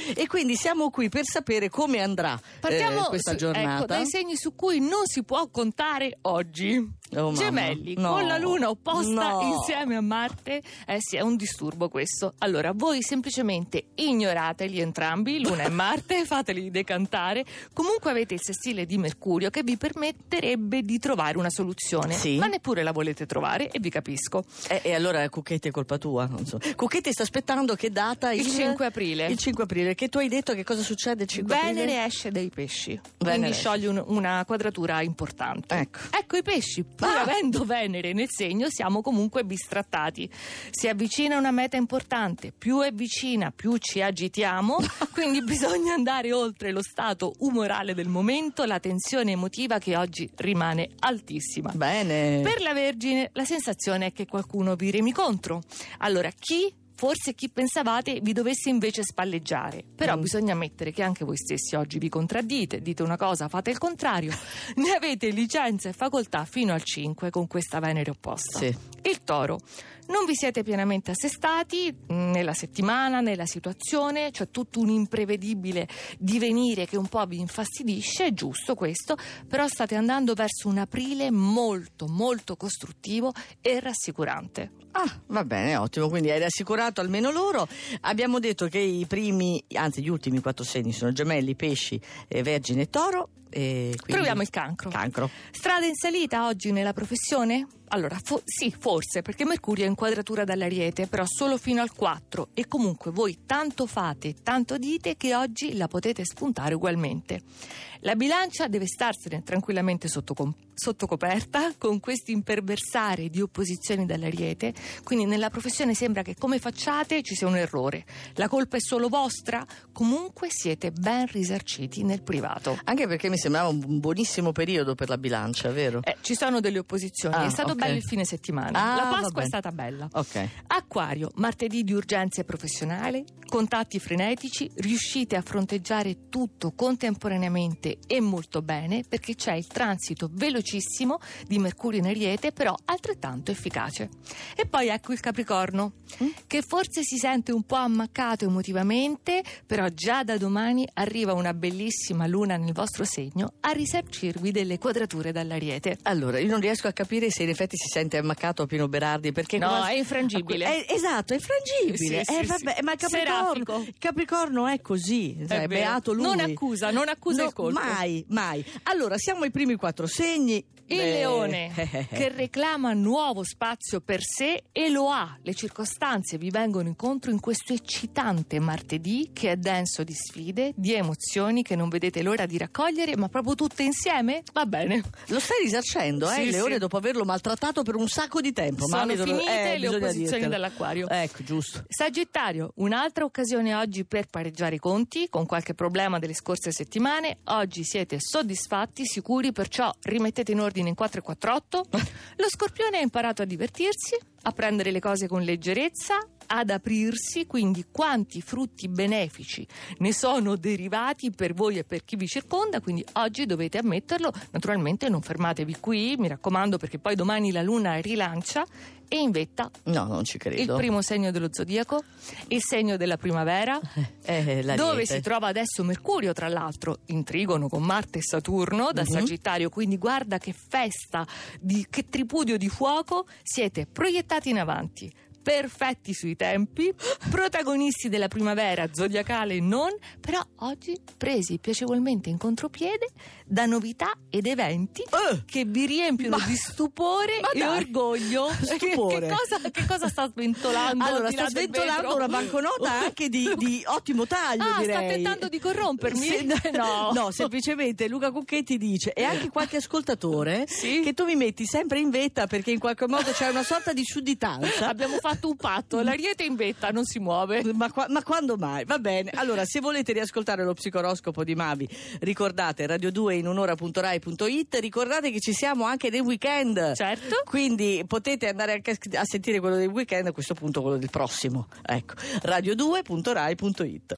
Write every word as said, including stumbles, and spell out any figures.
e quindi siamo qui per sapere come andrà Partiamo eh, questa su, giornata. Ecco, dai segni su cui non si può contare oggi. Oh, Gemelli, no. con la luna opposta No. insieme a Marte. Eh sì, è un disturbo questo. Allora, voi semplicemente ignorateli entrambi, Luna e Marte, fateli decantare. Comunque avete il sestile di Mercurio che vi permetterebbe di trovare una soluzione. Sì. Ma neppure la volete trovare e vi capisco. E, e allora Cucchetti è colpa tua, non so. Cucchetti sta aspettando che data Il cinque aprile. Il cinque aprile, che tu hai detto che cosa succede il cinque aprile? Venere esce dai pesci, Venere quindi esce. scioglie un- una quadratura importante. Ecco. Ecco i pesci, pur Ah. avendo Venere nel segno, siamo comunque bistrattati. Si avvicina una meta importante, più è vicina, più ci agitiamo, quindi bisogna andare oltre lo stato umorale del momento, la tensione emotiva che oggi rimane altissima. Bene. Per la Vergine la sensazione è che qualcuno vi remi contro. Allora, chi? Forse chi pensavate vi dovesse invece spalleggiare. Però Mm. bisogna ammettere che anche voi stessi oggi vi contraddite, dite una cosa, fate il contrario. Ne avete licenza e facoltà fino al cinque con questa Venere opposta. Sì. Il Toro. Non vi siete pienamente assestati mh, nella settimana, nella situazione, c'è tutto un imprevedibile divenire che un po' vi infastidisce, è giusto questo, però state andando verso un aprile molto molto costruttivo e rassicurante. Ah, va bene, ottimo, quindi hai rassicurato almeno loro. Abbiamo detto che i primi, anzi gli ultimi quattro segni sono Gemelli, Pesci, eh, Vergine e Toro. E quindi... Proviamo il Cancro. Cancro. Strada in salita oggi nella professione? Allora, fo- sì, forse, perché Mercurio è in quadratura dall'Ariete, però solo fino al quattro, e comunque voi tanto fate, tanto dite che oggi la potete spuntare ugualmente. La Bilancia deve starsene tranquillamente sotto, com- sotto coperta con questi imperversare di opposizioni dall'Ariete, quindi nella professione sembra che come facciate ci sia un errore. La colpa è solo vostra? Comunque siete ben risarciti nel privato. Anche perché mi sembrava un buonissimo periodo per la Bilancia, vero? Eh, ci sono delle opposizioni, Ah, è stato ok. bello il fine settimana, Ah, la va Pasqua bene. è stata bella. Ok. Acquario, martedì di urgenze professionali, contatti frenetici, riuscite a fronteggiare tutto contemporaneamente e molto bene perché c'è il transito velocissimo di Mercurio in Ariete, però altrettanto efficace. E poi ecco il Capricorno, Mm? che forse si sente un po' ammaccato emotivamente, però già da domani arriva una bellissima luna nel vostro segno a risarcirvi delle quadrature dall'Ariete. Allora, io non riesco a capire se in effetti si sente ammaccato a Pino Berardi, perché No, come- è infrangibile. È- esatto, è infrangibile. Sì, sì, Eh, sì, vabbè, sì. ma il Capricorno, Serafico. il Capricorno è così, È cioè, vero. beato lui. Non accusa, non accusa No, il colpo. Mai, mai. Allora, siamo ai primi quattro segni. Il Eh, Leone, eh, che reclama nuovo spazio per sé e lo ha. Le circostanze vi vengono incontro in questo eccitante martedì che è denso di sfide, di emozioni che non vedete l'ora di raccogliere, ma proprio tutte insieme? Va bene. Lo stai risarcendo, eh, Sì, il Leone, sì. dopo averlo maltrattato per un sacco di tempo. Sono Mami, dove- finite eh, le bisogna opposizioni dirtelo. dall'Acquario. Ecco, giusto. Sagittario, un'altra occasione oggi per pareggiare i conti con qualche problema delle scorse settimane. Oggi siete soddisfatti, sicuri, perciò rimettete in ordine in quattro e quattro otto. Lo Scorpione ha imparato a divertirsi, a prendere le cose con leggerezza, ad aprirsi, quindi quanti frutti benefici ne sono derivati per voi e per chi vi circonda, quindi oggi dovete ammetterlo. Naturalmente non fermatevi qui, mi raccomando, perché poi domani la luna rilancia e in vetta No, non ci credo. il primo segno dello zodiaco, il segno della primavera, Eh, l'Ariete. dove si trova adesso Mercurio, tra l'altro in trigono con Marte e Saturno da Mhm. Sagittario, quindi guarda che festa, di, che tripudio di fuoco. Siete proiettati in avanti, perfetti sui tempi, protagonisti della primavera zodiacale e non, però oggi presi piacevolmente in contropiede da novità ed eventi Eh, che vi riempiono Ma- di stupore ma e dai, orgoglio. stupore. Che, che cosa, che cosa sta sventolando? Allora, al di là sta del sventolando vetro? una banconota anche di, di ottimo taglio, Ah, direi. sta tentando di corrompermi? Se- No. no, semplicemente Luca Cucchetti dice, e anche qualche ascoltatore, Sì? che tu mi metti sempre in vetta perché in qualche modo c'è una sorta di sudditanza. Abbiamo fatto un patto, l'Ariete in vetta non si muove. Ma, qua- ma quando mai? Va bene. Allora, se volete riascoltare lo psicoroscopo di Mavi, ricordate radio due in un'ora punto rai punto it. Ricordate che ci siamo anche nel weekend. Certo. Quindi potete andare anche a sentire quello del weekend, a questo punto quello del prossimo. Ecco, radio due punto rai punto it.